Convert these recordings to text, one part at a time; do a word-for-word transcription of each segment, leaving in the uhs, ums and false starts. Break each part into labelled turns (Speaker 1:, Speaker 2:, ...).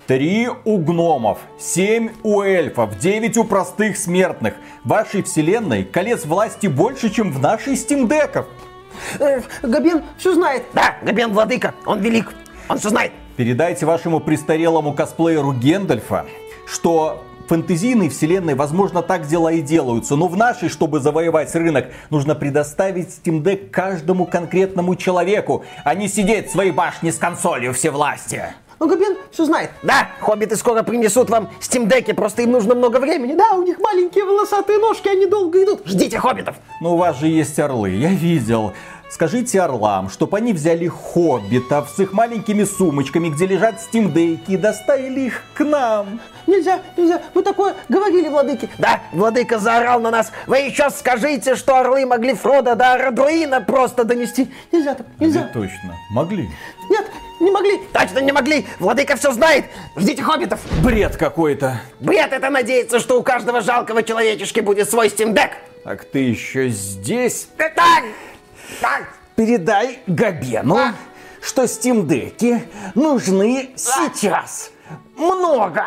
Speaker 1: Три у гномов, семь у эльфов, девять у простых смертных. В вашей вселенной колец власти больше, чем в нашей Steam Deck'ов.
Speaker 2: Э, Габен все знает.
Speaker 3: Да, Габен владыка, он велик, он все знает.
Speaker 1: Передайте вашему престарелому косплееру Гендальфа, что в фэнтезийной вселенной, возможно, так дела и делаются, но в нашей, чтобы завоевать рынок, нужно предоставить Steam Deck каждому конкретному человеку, а не сидеть в своей башне с консолью всевластия.
Speaker 2: Ну, Габен все знает.
Speaker 3: Да, хоббиты скоро принесут вам Steam Deck'и, просто им нужно много времени.
Speaker 2: Да, у них маленькие волосатые ножки, они долго идут.
Speaker 3: Ждите хоббитов.
Speaker 1: Но у вас же есть орлы, я видел. Скажите орлам, чтобы они взяли хоббитов с их маленькими сумочками, где лежат Steam Deck'и, и доставили их к нам.
Speaker 2: Нельзя, нельзя, мы такое говорили, владыки.
Speaker 3: Да, владыка заорал на нас. Вы еще скажите, что орлы могли Фрода до Арадуина просто донести.
Speaker 2: Нельзя так, нельзя.
Speaker 1: Да точно, могли.
Speaker 2: Нет, не могли.
Speaker 3: Точно не могли. Владыка все знает. Ждите хоббитов.
Speaker 1: Бред какой-то.
Speaker 3: Бред это надеяться, что у каждого жалкого человечешки будет свой Steam Deck.
Speaker 1: Так ты еще здесь?
Speaker 3: Так, так.
Speaker 1: Передай Габену,
Speaker 3: А?
Speaker 1: что Steam Deck'и нужны сейчас.
Speaker 3: Много.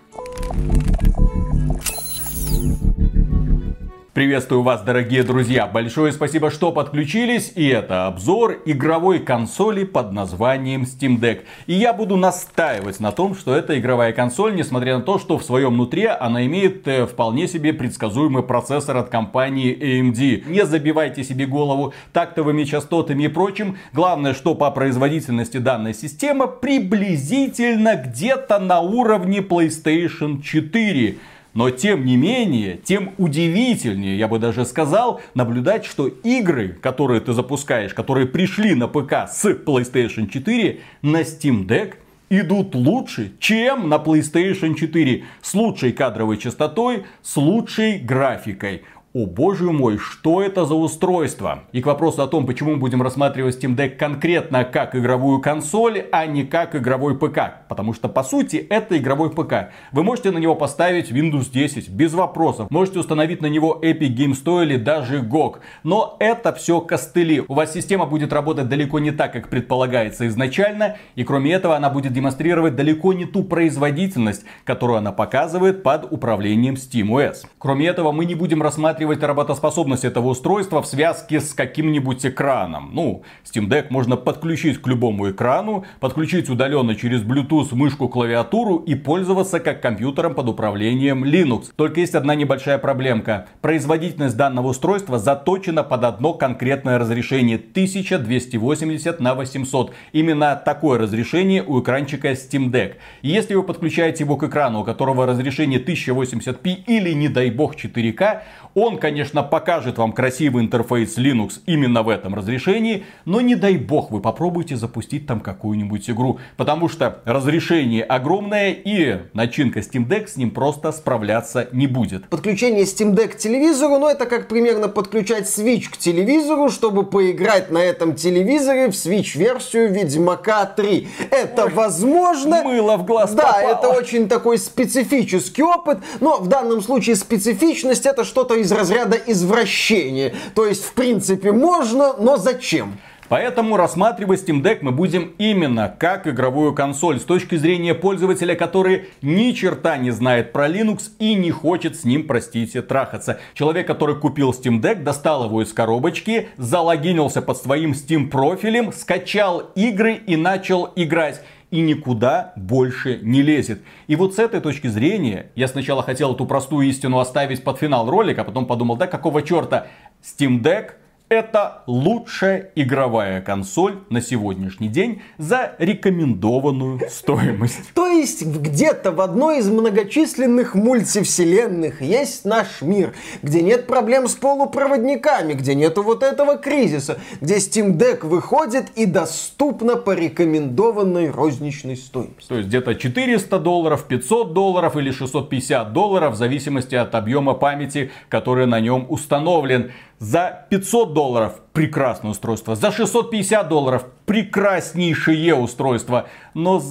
Speaker 1: Приветствую вас, дорогие друзья! Большое спасибо, что подключились. И это обзор игровой консоли под названием Steam Deck. И я буду настаивать на том, что эта игровая консоль, несмотря на то, что в своем внутри она имеет э, вполне себе предсказуемый процессор от компании эй эм ди. Не забивайте себе голову тактовыми частотами и прочим. Главное, что по производительности данная система приблизительно где-то на уровне PlayStation четыре. Но тем не менее, тем удивительнее, я бы даже сказал, наблюдать, что игры, которые ты запускаешь, которые пришли на ПК с PlayStation четыре, на Steam Deck идут лучше, чем на PlayStation четыре. С лучшей кадровой частотой, с лучшей графикой. О боже мой, что это за устройство? И к вопросу о том, почему мы будем рассматривать Steam Deck конкретно как игровую консоль, а не как игровой ПК. Потому что по сути это игровой ПК. Вы можете на него поставить Windows десять без вопросов. Можете установить на него Epic Game Store или даже джи о джи. Но это все костыли. У вас система будет работать далеко не так, как предполагается изначально. И кроме этого она будет демонстрировать далеко не ту производительность, которую она показывает под управлением SteamOS. Кроме этого мы не будем рассматривать работоспособность этого устройства в связке с каким-нибудь экраном. Ну, Steam Deck можно подключить к любому экрану, подключить удаленно через Bluetooth мышку, клавиатуру и пользоваться как компьютером под управлением Linux. Только есть одна небольшая проблемка. Производительность данного устройства заточена под одно конкретное разрешение тысяча двести восемьдесят на восемьсот. Именно такое разрешение у экранчика Steam Deck. И если вы подключаете его к экрану, у которого разрешение тысяча восемьдесят пи или, не дай бог, четыре ка, он, конечно, покажет вам красивый интерфейс Linux именно в этом разрешении, но не дай бог вы попробуйте запустить там какую-нибудь игру, потому что разрешение огромное и начинка Steam Deck с ним просто справляться не будет.
Speaker 2: Подключение Steam Deck к телевизору, ну это как примерно подключать Switch к телевизору, чтобы поиграть на этом телевизоре в Switch-версию Ведьмака три. Это Ой, возможно.
Speaker 1: Мыло в глаз
Speaker 2: Да,
Speaker 1: попало.
Speaker 2: это очень такой специфический опыт, но в данном случае специфичность это что-то из разряда извращения. То есть, в принципе, можно, но зачем?
Speaker 1: Поэтому рассматривать Steam Deck мы будем именно как игровую консоль с точки зрения пользователя, который ни черта не знает про Linux и не хочет с ним, простите, трахаться. Человек, который купил Steam Deck, достал его из коробочки, залогинился под своим Steam профилем, скачал игры и начал играть. И никуда больше не лезет. И вот с этой точки зрения я сначала хотел эту простую истину оставить под финал ролика, а потом подумал, да какого черта, Steam Deck это лучшая игровая консоль на сегодняшний день за рекомендованную стоимость.
Speaker 2: То есть где-то в одной из многочисленных мультивселенных есть наш мир, где нет проблем с полупроводниками, где нету вот этого кризиса, где Steam Deck выходит и доступно по рекомендованной розничной стоимости.
Speaker 1: То есть где-то четыреста долларов, пятьсот долларов или шестьсот пятьдесят долларов в зависимости от объема памяти, который на нем установлен. За пятьсот долларов прекрасное устройство, за шестьсот пятьдесят долларов прекраснейшее устройство, но за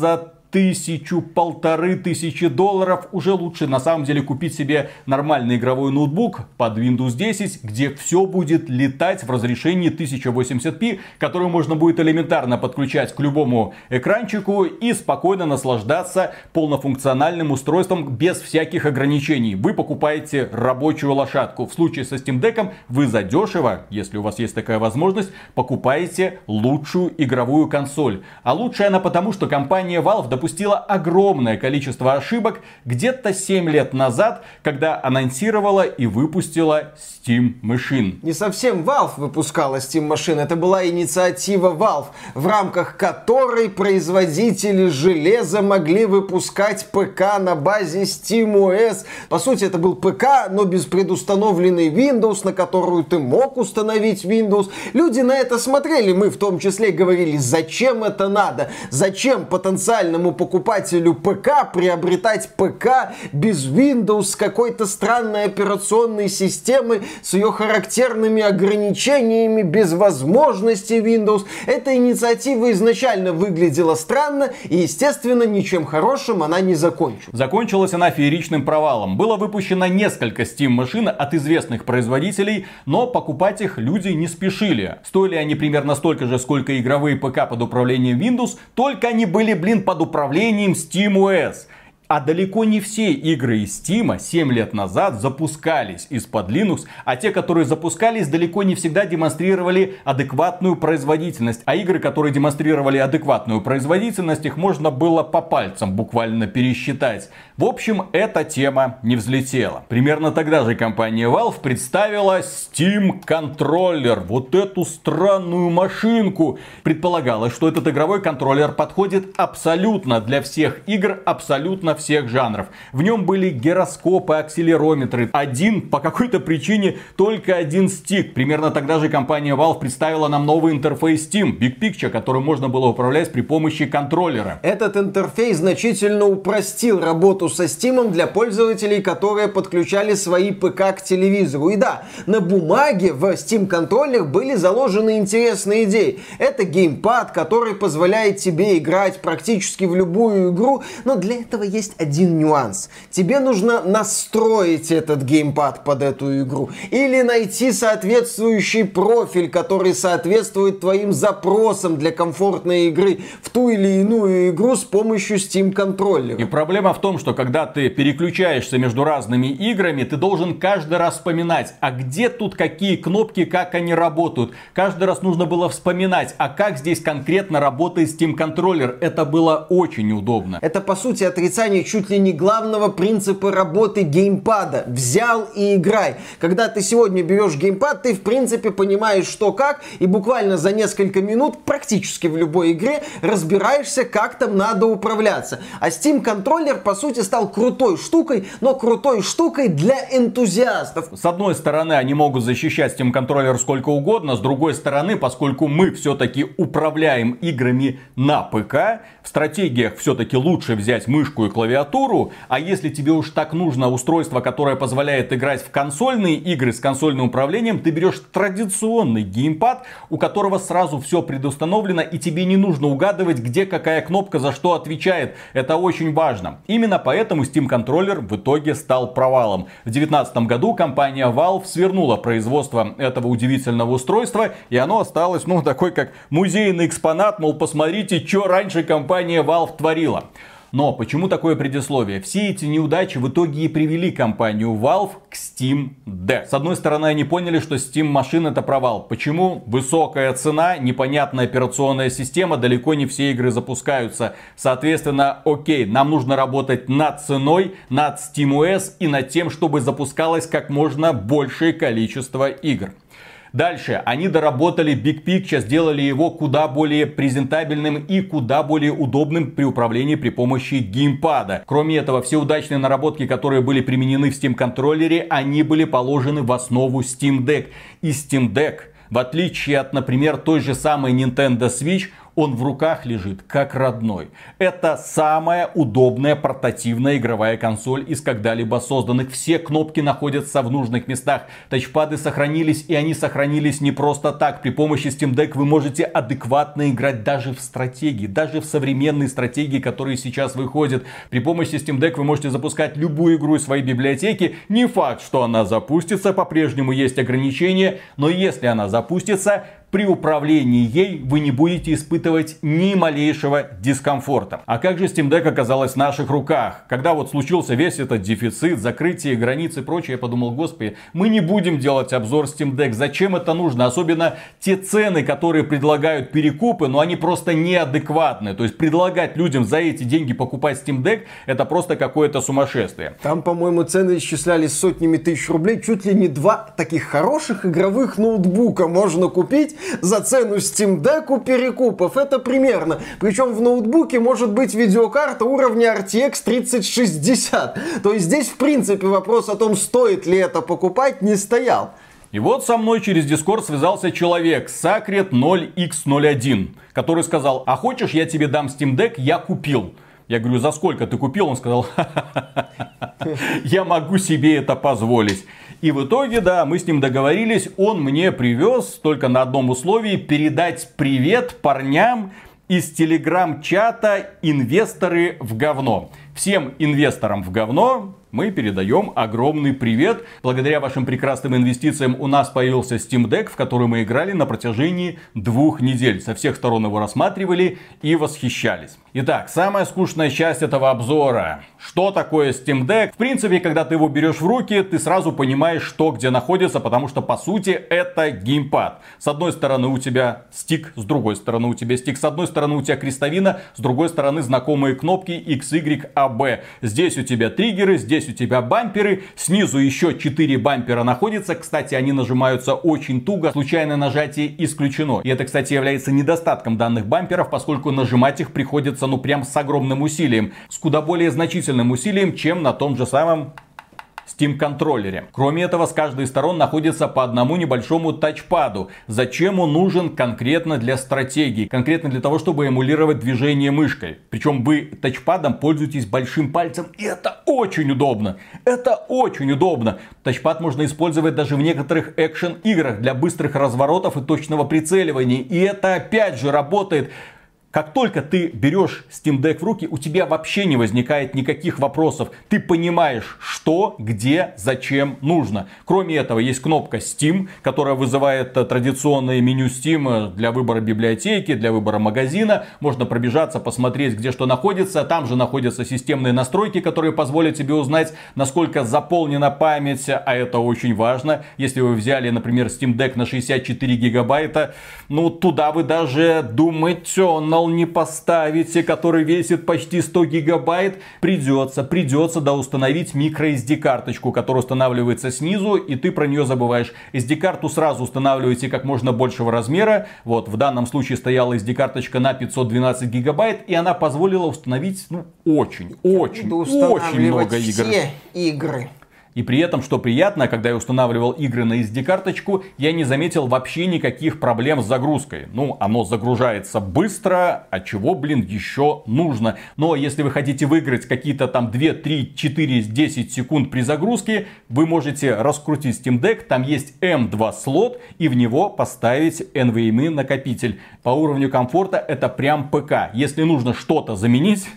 Speaker 1: тысячу, полторы тысячи долларов, уже лучше на самом деле купить себе нормальный игровой ноутбук под Windows десять, где все будет летать в разрешении тысяча восемьдесят пи, который можно будет элементарно подключать к любому экранчику и спокойно наслаждаться полнофункциональным устройством без всяких ограничений. Вы покупаете рабочую лошадку. В случае со Steam Deck вы задешево, если у вас есть такая возможность, покупаете лучшую игровую консоль. А лучшая она потому, что компания Valve допустила огромное количество ошибок где-то семь лет назад, когда анонсировала и выпустила Steam Machine.
Speaker 2: Не совсем Valve выпускала Steam Machine, это была инициатива Valve, в рамках которой производители железа могли выпускать ПК на базе SteamOS. По сути, это был ПК, но без предустановленной Windows, на которую ты мог установить Windows. Люди на это смотрели, мы в том числе говорили, зачем это надо? Зачем потенциальному покупателю ПК приобретать ПК без Windows, с какой-то странной операционной системой, с ее характерными ограничениями, без возможности Windows? Эта инициатива изначально выглядела странно, и, естественно, ничем хорошим она не закончилась.
Speaker 1: Закончилась она фееричным провалом. Было выпущено несколько Steam машин от известных производителей, но покупать их люди не спешили. Стоили они примерно столько же, сколько игровые ПК под управлением Windows, только они были, блин, под управлением SteamOS. А далеко не все игры из Steam семь лет назад запускались из-под Linux, а те, которые запускались, далеко не всегда демонстрировали адекватную производительность. А игры, которые демонстрировали адекватную производительность, их можно было по пальцам буквально пересчитать. В общем, эта тема не взлетела. Примерно тогда же компания Valve представила Steam контроллер. Вот эту странную машинку. Предполагалось, что этот игровой контроллер подходит абсолютно для всех игр, абсолютно всех жанров. В нем были гироскопы, акселерометры. Один, по какой-то причине, только один стик. Примерно тогда же компания Valve представила нам новый интерфейс Steam, Big Picture, который можно было управлять при помощи контроллера.
Speaker 2: Этот интерфейс значительно упростил работу со Steam для пользователей, которые подключали свои ПК к телевизору. И да, на бумаге в Steam контроллер были заложены интересные идеи. Это геймпад, который позволяет тебе играть практически в любую игру, но для этого есть один нюанс. Тебе нужно настроить этот геймпад под эту игру. Или найти соответствующий профиль, который соответствует твоим запросам для комфортной игры в ту или иную игру с помощью Steam контроллера.
Speaker 1: И проблема в том, что когда ты переключаешься между разными играми, ты должен каждый раз вспоминать, а где тут какие кнопки, как они работают. Каждый раз нужно было вспоминать, а как здесь конкретно работает Steam контроллер. Это было очень неудобно.
Speaker 2: Это, по сути, отрицание чуть ли не главного принципа работы геймпада. Взял и играй. Когда ты сегодня берешь геймпад, ты в принципе понимаешь, что как, и буквально за несколько минут практически в любой игре разбираешься, как там надо управляться. А Steam контроллер, по сути, стал крутой штукой, но крутой штукой для энтузиастов.
Speaker 1: С одной стороны, они могут защищать Steam контроллер сколько угодно, с другой стороны, поскольку мы все-таки управляем играми на ПК, в стратегиях все-таки лучше взять мышку и клавиатуру, а если тебе уж так нужно устройство, которое позволяет играть в консольные игры с консольным управлением, ты берешь традиционный геймпад, у которого сразу все предустановлено, и тебе не нужно угадывать, где какая кнопка за что отвечает. Это очень важно. Именно поэтому Steam контроллер в итоге стал провалом. В две тысячи девятнадцатом году компания Valve свернула производство этого удивительного устройства, и оно осталось, ну, такой как музейный экспонат, мол, посмотрите, что раньше компания Valve творила. Но почему такое предисловие? Все эти неудачи в итоге и привели компанию Valve к Steam Deck. С одной стороны, они поняли, что Steam Machine это провал. Почему? Высокая цена, непонятная операционная система, далеко не все игры запускаются. Соответственно, окей, нам нужно работать над ценой, над SteamOS и над тем, чтобы запускалось как можно большее количество игр. Дальше они доработали Big Picture, сделали его куда более презентабельным и куда более удобным при управлении при помощи геймпада. Кроме этого, все удачные наработки, которые были применены в Steam контроллере, они были положены в основу Steam Deck. И Steam Deck, в отличие от, например, той же самой Nintendo Switch, Он в руках лежит как родной. Это самая удобная портативная игровая консоль из когда-либо созданных. Все кнопки находятся в нужных местах. Тачпады сохранились, и они сохранились не просто так. При помощи Steam Deck вы можете адекватно играть даже в стратегии, даже в современные стратегии, которые сейчас выходят. При помощи Steam Deck вы можете запускать любую игру из своей библиотеки. Не факт, что она запустится, по-прежнему есть ограничения, но если она запустится, при управлении ей вы не будете испытывать ни малейшего дискомфорта. А как же Steam Deck оказалась в наших руках? Когда вот случился весь этот дефицит, закрытие границ и прочее, я подумал, господи, мы не будем делать обзор Steam Deck. Зачем это нужно? Особенно те цены, которые предлагают перекупы, но они просто неадекватны. То есть предлагать людям за эти деньги покупать Steam Deck, это просто какое-то сумасшествие.
Speaker 2: Там, по-моему, цены исчислялись сотнями тысяч рублей. Чуть ли не два таких хороших игровых ноутбука можно купить за цену Steam Deck у перекупов. Это примерно. Причем в ноутбуке может быть видеокарта уровня эр ти экс тридцать шестьдесят. То есть здесь, в принципе, вопрос о том, стоит ли это покупать, не стоял.
Speaker 1: И вот со мной через Discord связался человек, Sacred ноль икс ноль один, который сказал: а хочешь, я тебе дам Steam Deck, я купил. Я говорю, за сколько ты купил? Он сказал, я могу себе это позволить. И в итоге, да, мы с ним договорились, он мне привез только на одном условии: передать привет парням из телеграм-чата «Инвесторы в говно». Всем инвесторам в говно мы передаем огромный привет. Благодаря вашим прекрасным инвестициям у нас появился Steam Deck, в который мы играли на протяжении двух недель. Со всех сторон его рассматривали и восхищались. Итак, самая скучная часть этого обзора. Что такое Steam Deck? В принципе, когда ты его берешь в руки, ты сразу понимаешь, что где находится, потому что, по сути, это геймпад. С одной стороны у тебя стик, с другой стороны у тебя стик. С одной стороны у тебя крестовина, с другой стороны знакомые кнопки икс игрек а бэ. Здесь у тебя триггеры, здесь у тебя бамперы. Снизу еще четыре бампера находятся. Кстати, они нажимаются очень туго. Случайное нажатие исключено. И это, кстати, является недостатком данных бамперов, поскольку нажимать их приходится, ну, прям с огромным усилием. С куда более значительным усилием, чем на том же самом Steam контроллере. Кроме этого, с каждой сторон находится по одному небольшому тачпаду. Зачем он нужен конкретно для стратегии? Конкретно для того, чтобы эмулировать движение мышкой. Причем вы тачпадом пользуетесь большим пальцем. И это очень удобно. Это очень удобно. Тачпад можно использовать даже в некоторых экшен играх для быстрых разворотов и точного прицеливания. И это опять же работает. Как только ты берешь Steam Deck в руки, у тебя вообще не возникает никаких вопросов. Ты понимаешь, что, где, зачем нужно. Кроме этого, есть кнопка Steam, которая вызывает традиционное меню Steam для выбора библиотеки, для выбора магазина. Можно пробежаться, посмотреть, где что находится. Там же находятся системные настройки, которые позволят тебе узнать, насколько заполнена память. А это очень важно. Если вы взяли, например, Steam Deck на шестьдесят четыре гигабайта, ну туда вы даже думаете, не поставите, который весит почти сто гигабайт, придется, придется да установить microSD карточку, которая устанавливается снизу, и ты про нее забываешь. эс ди-карту сразу устанавливаете как можно большего размера. Вот, в данном случае стояла эс ди-карточка на пятьсот двенадцать гигабайт, и она позволила установить, ну, очень, очень, очень много игр.
Speaker 2: Все игры.
Speaker 1: И при этом, что приятно, когда я устанавливал игры на эс ди-карточку, я не заметил вообще никаких проблем с загрузкой. Ну, оно загружается быстро, а чего, блин, еще нужно. Но если вы хотите выиграть какие-то там два, три, четыре, десять секунд при загрузке, вы можете раскрутить Steam Deck, там есть эм два слот, и в него поставить эн ви эм и накопитель. По уровню комфорта это прям ПК. Если нужно что-то заменить...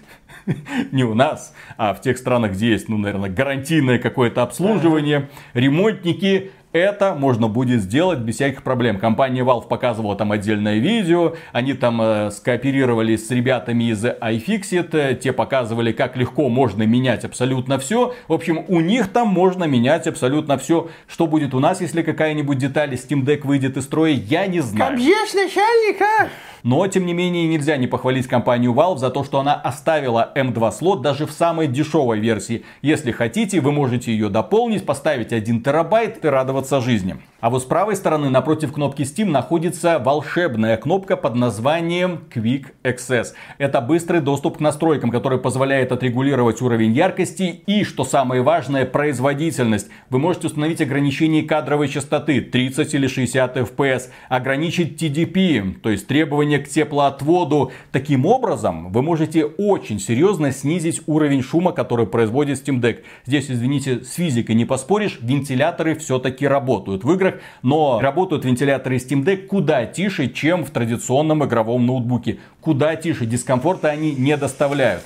Speaker 1: Не у нас, а в тех странах, где есть, ну, наверное, гарантийное какое-то обслуживание, ремонтники, это можно будет сделать без всяких проблем. Компания Valve показывала там отдельное видео, они там э, скооперировались с ребятами из iFixit, э, те показывали, как легко можно менять абсолютно все. В общем, у них там можно менять абсолютно все. Что будет у нас, если какая-нибудь деталь Steam Deck выйдет из строя, я не знаю.
Speaker 2: Побьешь начальника!
Speaker 1: Но, тем не менее, нельзя не похвалить компанию Valve за то, что она оставила эм два слот даже в самой дешевой версии. Если хотите, вы можете ее дополнить, поставить один терабайт и радоваться жизни. А вот с правой стороны, напротив кнопки Steam, находится волшебная кнопка под названием Quick Access. Это быстрый доступ к настройкам, который позволяет отрегулировать уровень яркости и, что самое важное, производительность. Вы можете установить ограничение кадровой частоты тридцать или шестьдесят эф пи эс, ограничить ти ди пи, то есть требования к теплоотводу. Таким образом, вы можете очень серьезно снизить уровень шума, который производит Steam Deck. Здесь, извините, с физикой не поспоришь, вентиляторы все-таки работают в играх. Но работают вентиляторы Steam Deck куда тише, чем в традиционном игровом ноутбуке. Куда тише, дискомфорта они не доставляют.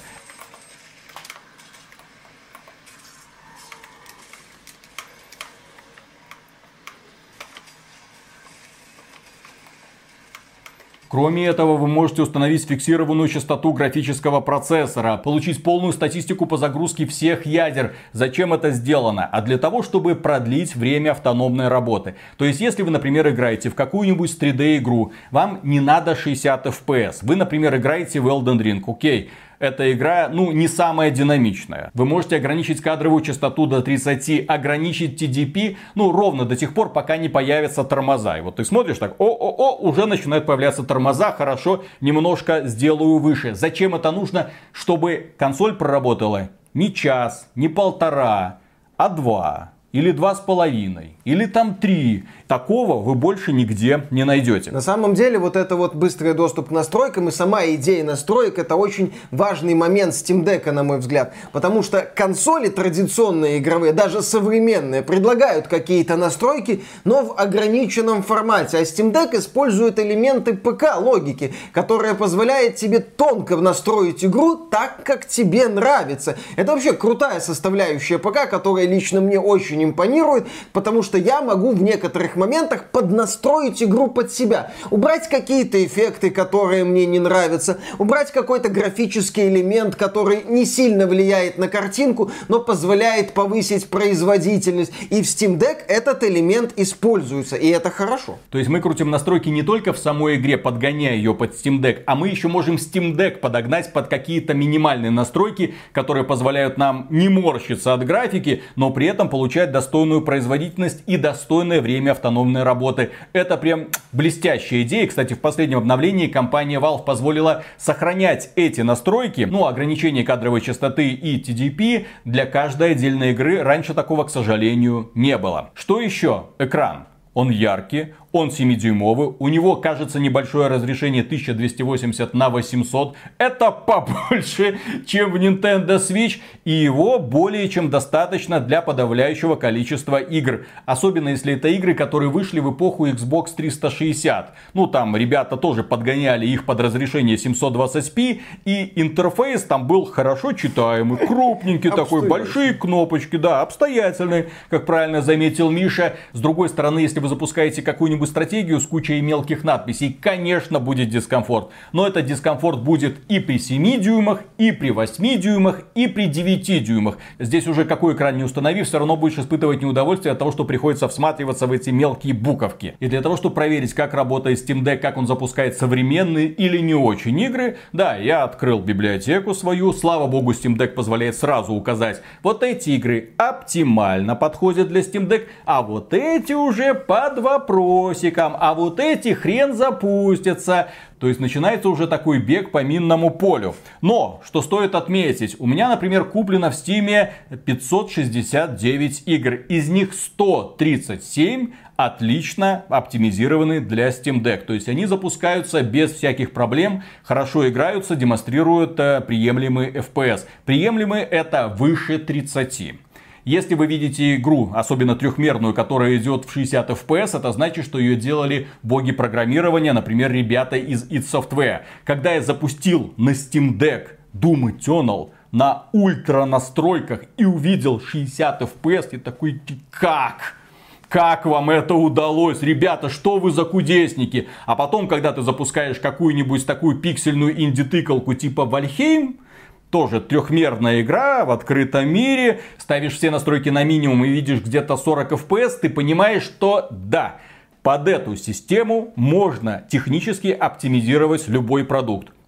Speaker 1: Кроме этого, вы можете установить фиксированную частоту графического процессора, получить полную статистику по загрузке всех ядер. Зачем это сделано? А для того, чтобы продлить время автономной работы. То есть, если вы, например, играете в какую-нибудь три дэ игру, вам не надо шестьдесят эф пи эс. Вы, например, играете в Elden Ring, окей. Эта игра, ну, не самая динамичная. Вы можете ограничить кадровую частоту до тридцати, ограничить ти ди пи, ну, ровно до тех пор, пока не появятся тормоза. И вот ты смотришь так, о-о-о, уже начинают появляться тормоза, хорошо, немножко сделаю выше. Зачем это нужно? Чтобы консоль проработала не час, не полтора, а два. Или два с половиной, или там три. Такого вы больше нигде не найдете.
Speaker 2: На самом деле, вот это вот быстрый доступ к настройкам и сама идея настроек — это очень важный момент Steam Deck, на мой взгляд. Потому что консоли традиционные игровые, даже современные, предлагают какие-то настройки, но в ограниченном формате. А Steam Deck использует элементы пэ ка-логики, которая позволяет тебе тонко настроить игру так, как тебе нравится. Это вообще крутая составляющая пэ ка, которая лично мне очень импонирует, потому что я могу в некоторых моментах поднастроить игру под себя. Убрать какие-то эффекты, которые мне не нравятся, убрать какой-то графический элемент, который не сильно влияет на картинку, но позволяет повысить производительность. И в Steam Deck этот элемент используется, и это хорошо.
Speaker 1: То есть мы крутим настройки не только в самой игре, подгоняя ее под Steam Deck, а мы еще можем Steam Deck подогнать под какие-то минимальные настройки, которые позволяют нам не морщиться от графики, но при этом получать достойную производительность и достойное время автономной работы. Это прям блестящая идея. Кстати, в последнем обновлении компания Valve позволила сохранять эти настройки, ну, ограничение кадровой частоты и ти ди пи для каждой отдельной игры. Раньше такого, к сожалению, не было. Что еще? Экран. Он яркий, он семидюймовый, у него, кажется, небольшое разрешение тысяча двести восемьдесят на восемьсот. Это побольше, чем в Nintendo Switch, и его более чем достаточно для подавляющего количества игр. Особенно если это игры, которые вышли в эпоху Xbox триста шестьдесят. Ну, там ребята тоже подгоняли их под разрешение семьсот двадцать пи, и интерфейс там был хорошо читаемый, крупненький такой, большие кнопочки, да, обстоятельные, как правильно заметил Миша. С другой стороны, если вы запускаете какую-нибудь стратегию с кучей мелких надписей, конечно, будет дискомфорт. Но этот дискомфорт будет и при семи дюймах, и при восьми дюймах, и при девяти дюймах. Здесь уже какой экран не установи, все равно будешь испытывать неудовольствие от того, что приходится всматриваться в эти мелкие буковки. И для того, чтобы проверить, как работает Steam Deck, как он запускает современные или не очень игры, да, я открыл библиотеку свою. Слава богу, Steam Deck позволяет сразу указать, вот эти игры оптимально подходят для Steam Deck, а вот эти уже под вопрос. А вот эти хрен запустятся. То есть начинается уже такой бег по минному полю. Но, что стоит отметить, у меня, например, куплено в Steam пятьсот шестьдесят девять игр. Из них сто тридцать семь отлично оптимизированы для Steam Deck. То есть они запускаются без всяких проблем, хорошо играются, демонстрируют приемлемый эф пи эс. Приемлемый — это выше тридцати. Если вы видите игру, особенно трехмерную, которая идет в шестьдесят эф пи эс, это значит, что ее делали боги программирования, например, ребята из id Software. Когда я запустил на Steam Deck Doom Eternal на ультра настройках и увидел шестьдесят эф пи эс, я такой, как? Как вам это удалось? Ребята, что вы за кудесники? А потом, когда ты запускаешь какую-нибудь такую пиксельную инди-тыкалку типа Valheim, тоже трехмерная игра в открытом мире, ставишь все настройки на минимум и видишь где-то сорок эф пи эс, ты понимаешь, что да, под эту систему можно технически оптимизировать любой продукт.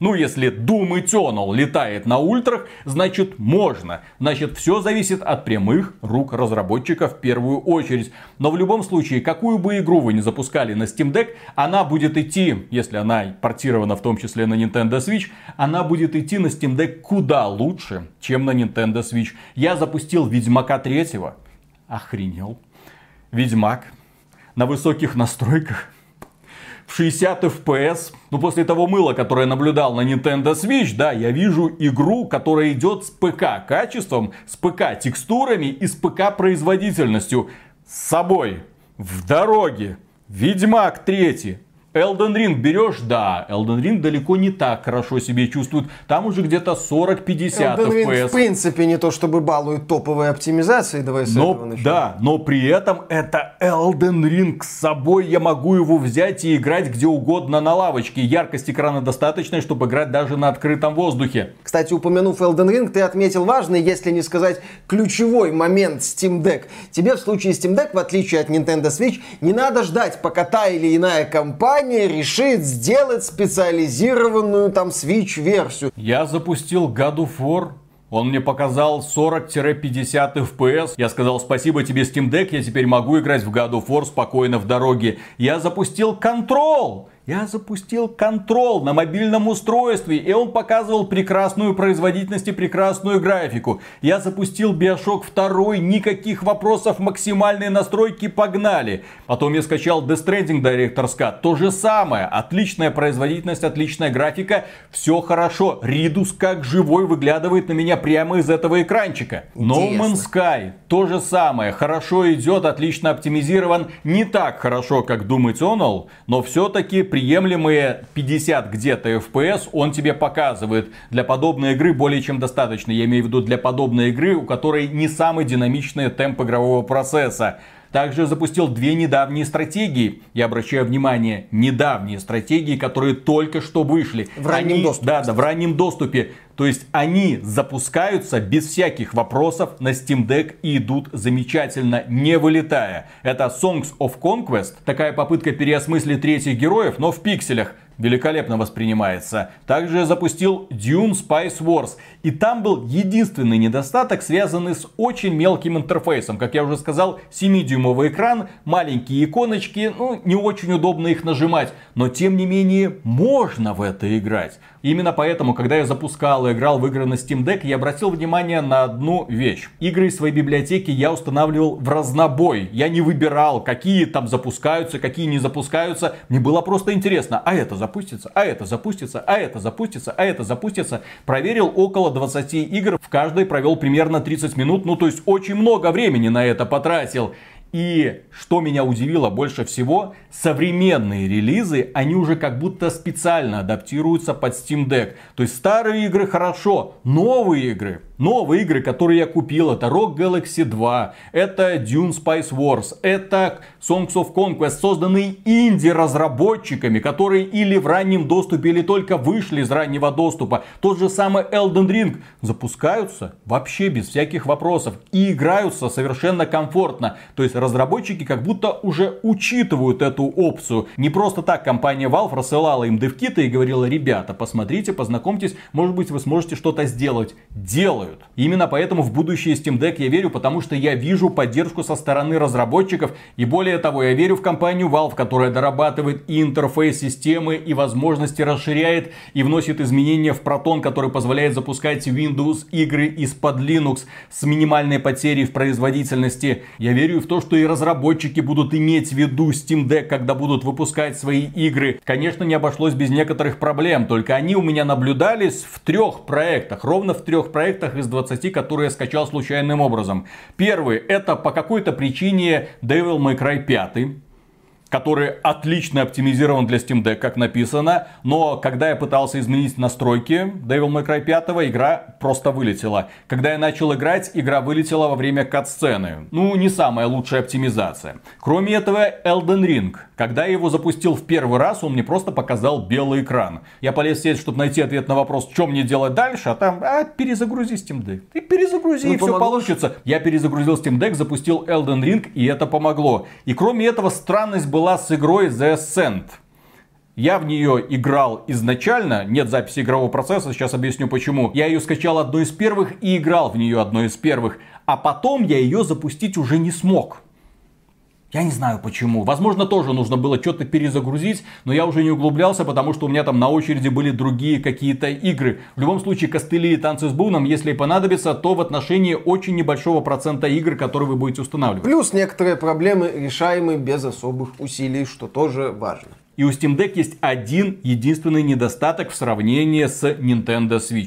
Speaker 1: Ну, если Doom Eternal летает на ультрах, значит можно. Значит, все зависит от прямых рук разработчиков в первую очередь. Но в любом случае, какую бы игру вы ни запускали на Steam Deck, она будет идти, если она портирована в том числе на Nintendo Switch, она будет идти на Steam Deck куда лучше, чем на Nintendo Switch. Я запустил Ведьмака третьего. Охренел. Ведьмак на высоких настройках. В шестьдесят эф пи эс, ну после того мыла, которое я наблюдал на Nintendo Switch, да, я вижу игру, которая идет с ПК качеством, с ПК текстурами и с ПК производительностью. С собой, в дороге, Ведьмак третий. Elden Ring берешь, да, Elden Ring далеко не так хорошо себя чувствует. Там уже где-то сорок-пятьдесят
Speaker 2: Elden Ring
Speaker 1: эф пи эс.
Speaker 2: в принципе не то чтобы балует топовой оптимизацией, давай с
Speaker 1: но,
Speaker 2: этого начнем.
Speaker 1: Да, но при этом это Elden Ring, с собой я могу его взять и играть где угодно на лавочке. Яркость экрана достаточная, чтобы играть даже на открытом воздухе.
Speaker 2: Кстати, упомянув Elden Ring, ты отметил важный, если не сказать ключевой момент Steam Deck. Тебе в случае Steam Deck, в отличие от Nintendo Switch, не надо ждать, пока та или иная компания решит сделать специализированную там Switch-версию.
Speaker 1: Я запустил God of War. Он мне показал сорок-пятьдесят эф пи эс. Я сказал: спасибо тебе, Steam Deck, я теперь могу играть в God of War спокойно в дороге. Я запустил Control. Я запустил Control на мобильном устройстве, и он показывал прекрасную производительность и прекрасную графику. Я запустил Bioshock два, никаких вопросов, максимальные настройки, погнали. Потом я скачал Death Stranding Director's Cut, то же самое. Отличная производительность, отличная графика, все хорошо. Ридус как живой выглядывает на меня прямо из этого экранчика. No Man's Sky, то же самое. Хорошо идет, отлично оптимизирован. Не так хорошо, как Doom Eternal, но все-таки приемлемые пятьдесят где-то эф пи эс он тебе показывает. Для подобной игры более чем достаточно. Я имею в виду для подобной игры, у которой не самый динамичный темп игрового процесса. Также запустил две недавние стратегии. Я обращаю внимание, недавние стратегии, которые только что вышли.
Speaker 2: В раннем
Speaker 1: Они,
Speaker 2: доступе.
Speaker 1: Да, да, в раннем доступе. То есть они запускаются без всяких вопросов на Steam Deck и идут замечательно, не вылетая. Это Songs of Conquest, такая попытка переосмыслить третьих героев, но в пикселях. Великолепно воспринимается. Также я запустил Dune Spice Wars. И там был единственный недостаток, связанный с очень мелким интерфейсом. Как я уже сказал, семидюймовый экран, маленькие иконочки, ну не очень удобно их нажимать. Но тем не менее можно в это играть. Именно поэтому, когда я запускал и играл в игры на Steam Deck, я обратил внимание на одну вещь. Игры из своей библиотеки я устанавливал в разнобой. Я не выбирал, какие там запускаются, какие не запускаются. Мне было просто интересно, а это запустится, а это запустится, а это запустится, а это запустится. Проверил около двадцати игр, в каждой провел примерно тридцать минут, ну то есть очень много времени на это потратил. И что меня удивило больше всего, современные релизы, они уже как будто специально адаптируются под Steam Deck. То есть старые игры хорошо, новые игры, новые игры, которые я купил, это Rogue Galaxy два, это Dune Spice Wars, это Songs of Conquest, созданные инди-разработчиками, которые или в раннем доступе, или только вышли из раннего доступа. Тот же самый Elden Ring запускаются вообще без всяких вопросов и играются совершенно комфортно. То есть разработчики как будто уже учитывают эту опцию. Не просто так компания Valve рассылала им девкиты и говорила: ребята, посмотрите, познакомьтесь, может быть вы сможете что-то сделать. Делают. Именно поэтому в будущее Steam Deck я верю, потому что я вижу поддержку со стороны разработчиков. И более того, я верю в компанию Valve, которая дорабатывает и интерфейс системы, и возможности расширяет, и вносит изменения в Proton, который позволяет запускать Windows игры из-под Linux с минимальной потерей в производительности. Я верю в то, что и разработчики будут иметь в виду Steam Deck, когда будут выпускать свои игры. Конечно, не обошлось без некоторых проблем, только они у меня наблюдались в трех проектах, ровно в трех проектах из двадцати, которые я скачал случайным образом. Первый, это по какой-то причине Devil May Cry пять. Который отлично оптимизирован для Steam Deck, как написано. Но когда я пытался изменить настройки Devil May Cry пять, игра просто вылетела. Когда я начал играть, игра вылетела во время кат-сцены. Ну, не самая лучшая оптимизация. Кроме этого, Elden Ring. Когда я его запустил в первый раз, он мне просто показал белый экран. Я полез в сеть, чтобы найти ответ на вопрос, что мне делать дальше. А там, а, перезагрузи Steam Deck. Ты перезагрузи, ну, и все получится. Я перезагрузил Steam Deck, запустил Elden Ring, и это помогло. И кроме этого, странность была с игрой The Ascent. Я в нее играл изначально, нет записи игрового процесса, сейчас объясню почему. Я ее скачал одной из первых и играл в нее одной из первых. А потом я ее запустить уже не смог. Я не знаю почему. Возможно, тоже нужно было что-то перезагрузить, но я уже не углублялся, потому что у меня там на очереди были другие какие-то игры. В любом случае, костыли и танцы с бубном, если и понадобится, то в отношении очень небольшого процента игр, которые вы будете устанавливать.
Speaker 2: Плюс некоторые проблемы решаемы без особых усилий, что тоже важно.
Speaker 1: И у Steam Deck есть один единственный недостаток в сравнении с Nintendo Switch.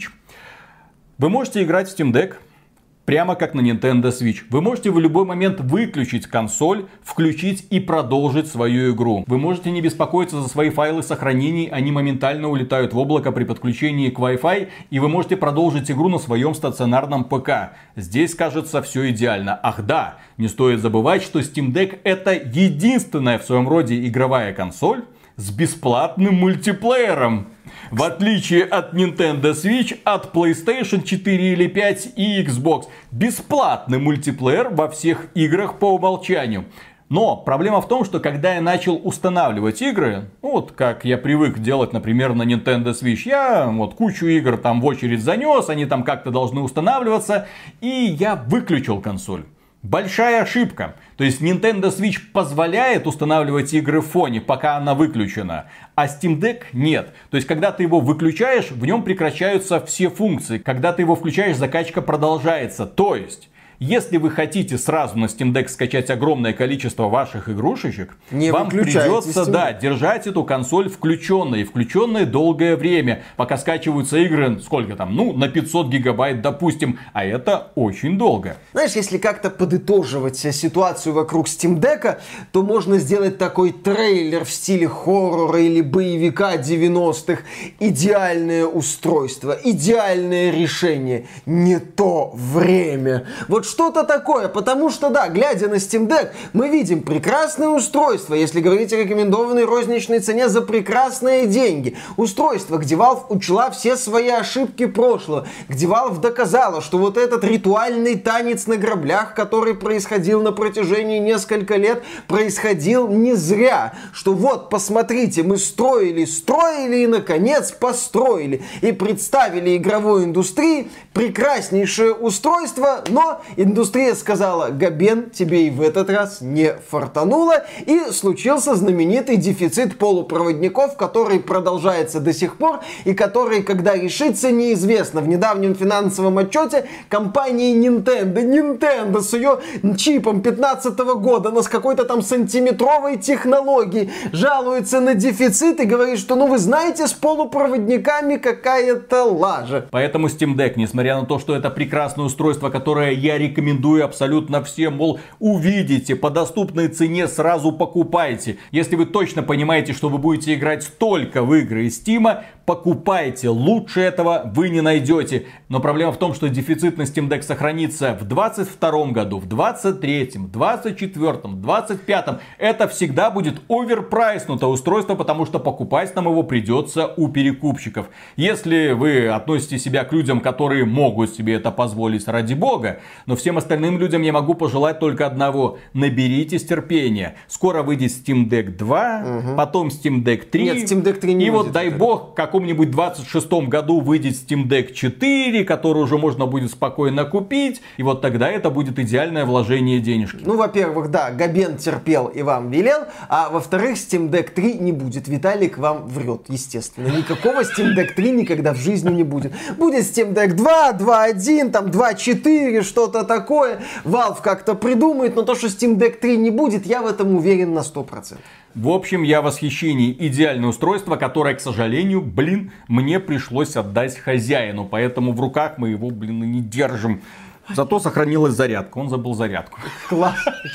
Speaker 1: Вы можете играть в Steam Deck прямо как на Nintendo Switch. Вы можете в любой момент выключить консоль, включить и продолжить свою игру. Вы можете не беспокоиться за свои файлы сохранений, они моментально улетают в облако при подключении к Wi-Fi, и вы можете продолжить игру на своем стационарном ПК. Здесь, кажется, все идеально. Ах да, не стоит забывать, что Steam Deck это единственная в своем роде игровая консоль с бесплатным мультиплеером. В отличие от Nintendo Switch, от PlayStation четыре или пять и Xbox. Бесплатный мультиплеер во всех играх по умолчанию. Но проблема в том, что когда я начал устанавливать игры, вот как я привык делать, например, на Nintendo Switch, я вот кучу игр там в очередь занес, они там как-то должны устанавливаться, и я выключил консоль. Большая ошибка. То есть Nintendo Switch позволяет устанавливать игры в фоне, пока она выключена. А Steam Deck нет. То есть когда ты его выключаешь, в нем прекращаются все функции. Когда ты его включаешь, закачка продолжается. То есть, если вы хотите сразу на Steam Deck скачать огромное количество ваших игрушечек,
Speaker 2: не
Speaker 1: вам придется да, держать эту консоль включенной. И включенной долгое время. Пока скачиваются игры, сколько там, ну, на пятьсот гигабайт, допустим. А это очень долго.
Speaker 2: Знаешь, если как-то подытоживать ситуацию вокруг Steam Deck, то можно сделать такой трейлер в стиле хоррора или боевика девяностых. Идеальное устройство, идеальное решение. Не то время. Вот что-то такое, потому что, да, глядя на Steam Deck, мы видим прекрасное устройство, если говорить о рекомендованной розничной цене за прекрасные деньги. Устройство, где Valve учла все свои ошибки прошлого, где Valve доказала, что вот этот ритуальный танец на граблях, который происходил на протяжении нескольких лет, происходил не зря. Что вот, посмотрите, мы строили, строили и, наконец, построили. И представили игровой индустрии прекраснейшее устройство, но индустрия сказала: Габен, тебе и в этот раз не фартануло, и случился знаменитый дефицит полупроводников, который продолжается до сих пор, и который, когда решится, неизвестно. В недавнем финансовом отчете компании Nintendo, Nintendo с ее чипом пятнадцатого года, но с какой-то там сантиметровой технологией, жалуется на дефицит и говорит, что, ну вы знаете, с полупроводниками какая-то лажа.
Speaker 1: Поэтому Steam Deck, несмотря на то, что это прекрасное устройство, которое я рекомендую абсолютно всем, мол, увидите, по доступной цене сразу покупайте. Если вы точно понимаете, что вы будете играть только в игры из Steam, покупайте. Лучше этого вы не найдете. Но проблема в том, что дефицит на Steam Deck сохранится в двадцать втором году, в двадцать третьем, двадцать четвёртом, двадцать пятом. Это всегда будет оверпрайснутое устройство, потому что покупать нам его придется у перекупщиков. Если вы относите себя к людям, которые могут себе это позволить, ради бога, но всем остальным людям я могу пожелать только одного: наберитесь терпения. Скоро выйдет Steam Deck два, угу. потом Steam Deck три.
Speaker 2: Нет, Steam Deck три не
Speaker 1: и
Speaker 2: выйдет.
Speaker 1: Вот дай бог, в каком-нибудь двадцать шестом году выйдет Steam Deck четыре, который уже можно будет спокойно купить. И вот тогда это будет идеальное вложение денежки.
Speaker 2: Ну, во-первых, да, Габен терпел и вам велел, а во-вторых, Steam Deck три не будет. Виталик вам врет, естественно. Никакого Steam Deck три никогда в жизни не будет. Будет Steam Deck два, два один, там два четыре, что-то такое. Valve как-то придумает, но то, что Steam Deck три не будет, я в этом уверен на сто процентов.
Speaker 1: В общем, я в восхищении. Идеальное устройство, которое, к сожалению, блин, мне пришлось отдать хозяину. Поэтому в руках мы его, блин, и не держим. Зато сохранилась зарядка. Он забыл зарядку.
Speaker 2: Класс.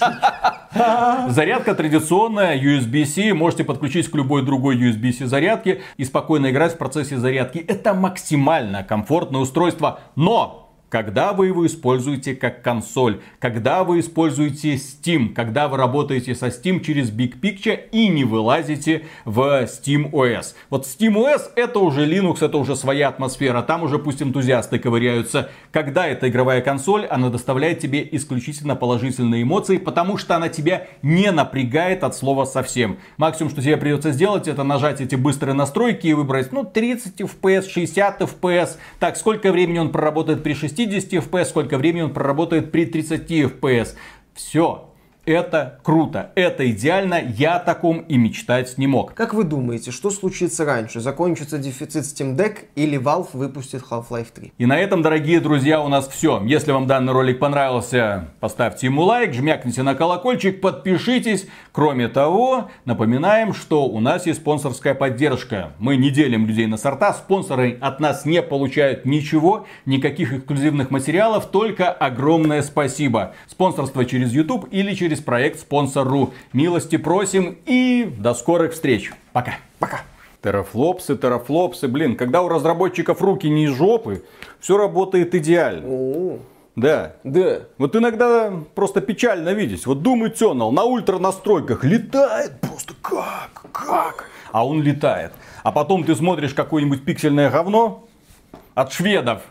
Speaker 1: Зарядка традиционная, ю эс би-C. Можете подключить к любой другой ю эс би-C зарядке и спокойно играть в процессе зарядки. Это максимально комфортное устройство. Но когда вы его используете как консоль, когда вы используете Steam, когда вы работаете со Steam через Big Picture и не вылазите в SteamOS. Вот SteamOS это уже Linux, это уже своя атмосфера, там уже пусть энтузиасты ковыряются. Когда эта игровая консоль, она доставляет тебе исключительно положительные эмоции, потому что она тебя не напрягает от слова совсем. Максимум, что тебе придется сделать, это нажать эти быстрые настройки и выбрать, ну, тридцать эф пи эс, шестьдесят эф пи эс. Так, сколько времени он проработает при шестидесяти эф пи эс, сколько времени он проработает при тридцати эф пи эс. Все. Это круто, это идеально, я о таком и мечтать не мог.
Speaker 2: Как вы думаете, что случится раньше? Закончится дефицит Steam Deck или Valve выпустит Half-Life три?
Speaker 1: И на этом, дорогие друзья, у нас все. Если вам данный ролик понравился, поставьте ему лайк, жмякните на колокольчик, подпишитесь. Кроме того, напоминаем, что у нас есть спонсорская поддержка. Мы не делим людей на сорта, спонсоры от нас не получают ничего, никаких эксклюзивных материалов, только огромное спасибо. Спонсорство через YouTube или через проект Спонсор.ру. Милости просим и до скорых встреч. Пока.
Speaker 2: Пока.
Speaker 1: Терафлопсы, терафлопсы. Блин, когда у разработчиков руки не из жопы, все работает идеально.
Speaker 2: О,
Speaker 1: Да.
Speaker 2: да.
Speaker 1: Вот иногда просто печально видеть. Вот Doom Eternal на ультра настройках летает просто как, как. А он летает. А потом ты смотришь какое-нибудь пиксельное говно от шведов,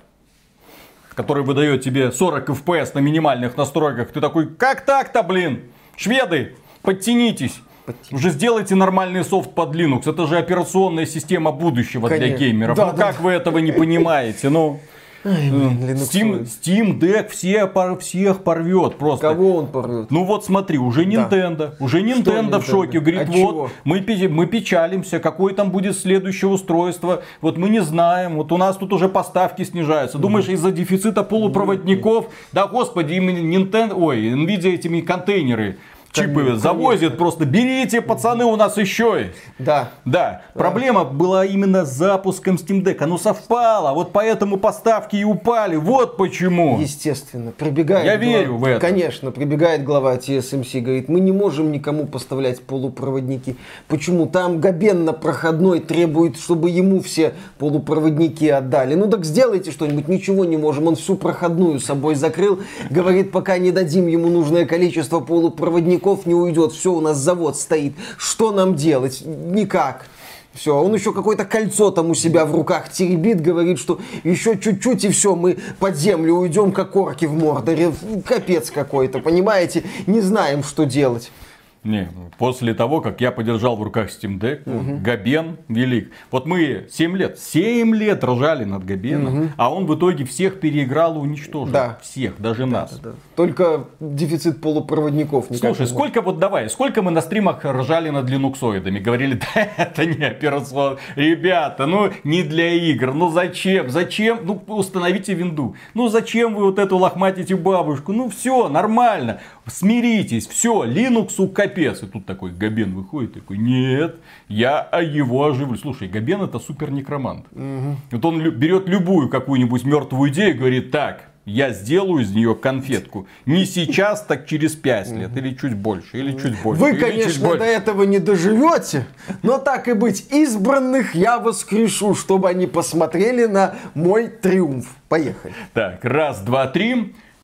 Speaker 1: который выдает тебе сорок эф пи эс на минимальных настройках. Ты такой, как так-то, блин? Шведы, подтянитесь. Подтянитесь. Уже сделайте нормальный софт под Linux. Это же операционная система будущего. Конечно. Для геймеров. Да, ну да, как да. Вы этого не понимаете? Ну...
Speaker 2: Ай, блин,
Speaker 1: Steam, Steam Deck все, пор, всех порвет просто.
Speaker 2: Кого он порвет?
Speaker 1: Ну вот смотри, уже Nintendo. Да. Уже Nintendo в шоке. Говорит, а вот мы, мы печалимся, какое там будет следующее устройство. Вот мы не знаем. Вот у нас тут уже поставки снижаются. Mm-hmm. Думаешь, из-за дефицита полупроводников? Mm-hmm. Да господи, им Nintendo, ой, Nvidia этими контейнеры. Чипы конечно, завозят конечно. Просто. Берите, пацаны, у нас еще есть.
Speaker 2: Да.
Speaker 1: Да. Проблема была именно с запуском Steam Deck. Оно совпало. Вот поэтому поставки и упали. Вот почему.
Speaker 2: Естественно. Прибегает
Speaker 1: Я
Speaker 2: глава...
Speaker 1: верю в это.
Speaker 2: Конечно. Прибегает глава ти эс эм си. Говорит, мы не можем никому поставлять полупроводники. Почему? Там Габен на проходной требует, чтобы ему все полупроводники отдали. Ну так сделайте что-нибудь. Ничего не можем. Он всю проходную собой закрыл. Говорит, пока не дадим ему нужное количество полупроводников, не уйдет, все, у нас завод стоит. Что нам делать? Никак. Все, он еще какое-то кольцо там у себя в руках теребит, говорит, что еще чуть-чуть и все, мы под землю уйдем, как орки в Мордоре. Капец какой-то, понимаете? Не знаем, что делать.
Speaker 1: Не, после того, как я подержал в руках Steam Deck, угу. Габен велик. Вот мы семь лет, семь лет ржали над Габеном, угу. а он в итоге всех переиграл и уничтожил. Да. Всех, даже да, нас. Да, да.
Speaker 2: Только дефицит полупроводников.
Speaker 1: Слушай, сколько вот давай, сколько мы на стримах ржали над линуксоидами, говорили, да это не операционка. Ребята, ну не для игр, ну зачем, зачем, ну установите винду. Ну зачем вы вот эту лохматите бабушку, ну все, нормально. Смиритесь, все, Линуксу капец. И тут такой Габен выходит, такой, нет, я его оживлю. Слушай, Габен это супер некромант. Угу. Вот он лю- берет любую какую-нибудь мертвую идею и говорит, так, я сделаю из нее конфетку. Не сейчас, так через пять лет, или чуть больше, или чуть больше.
Speaker 2: Вы, конечно, до этого не доживете, но так и быть, избранных я воскрешу, чтобы они посмотрели на мой триумф. Поехали.
Speaker 1: Так, раз, два, три.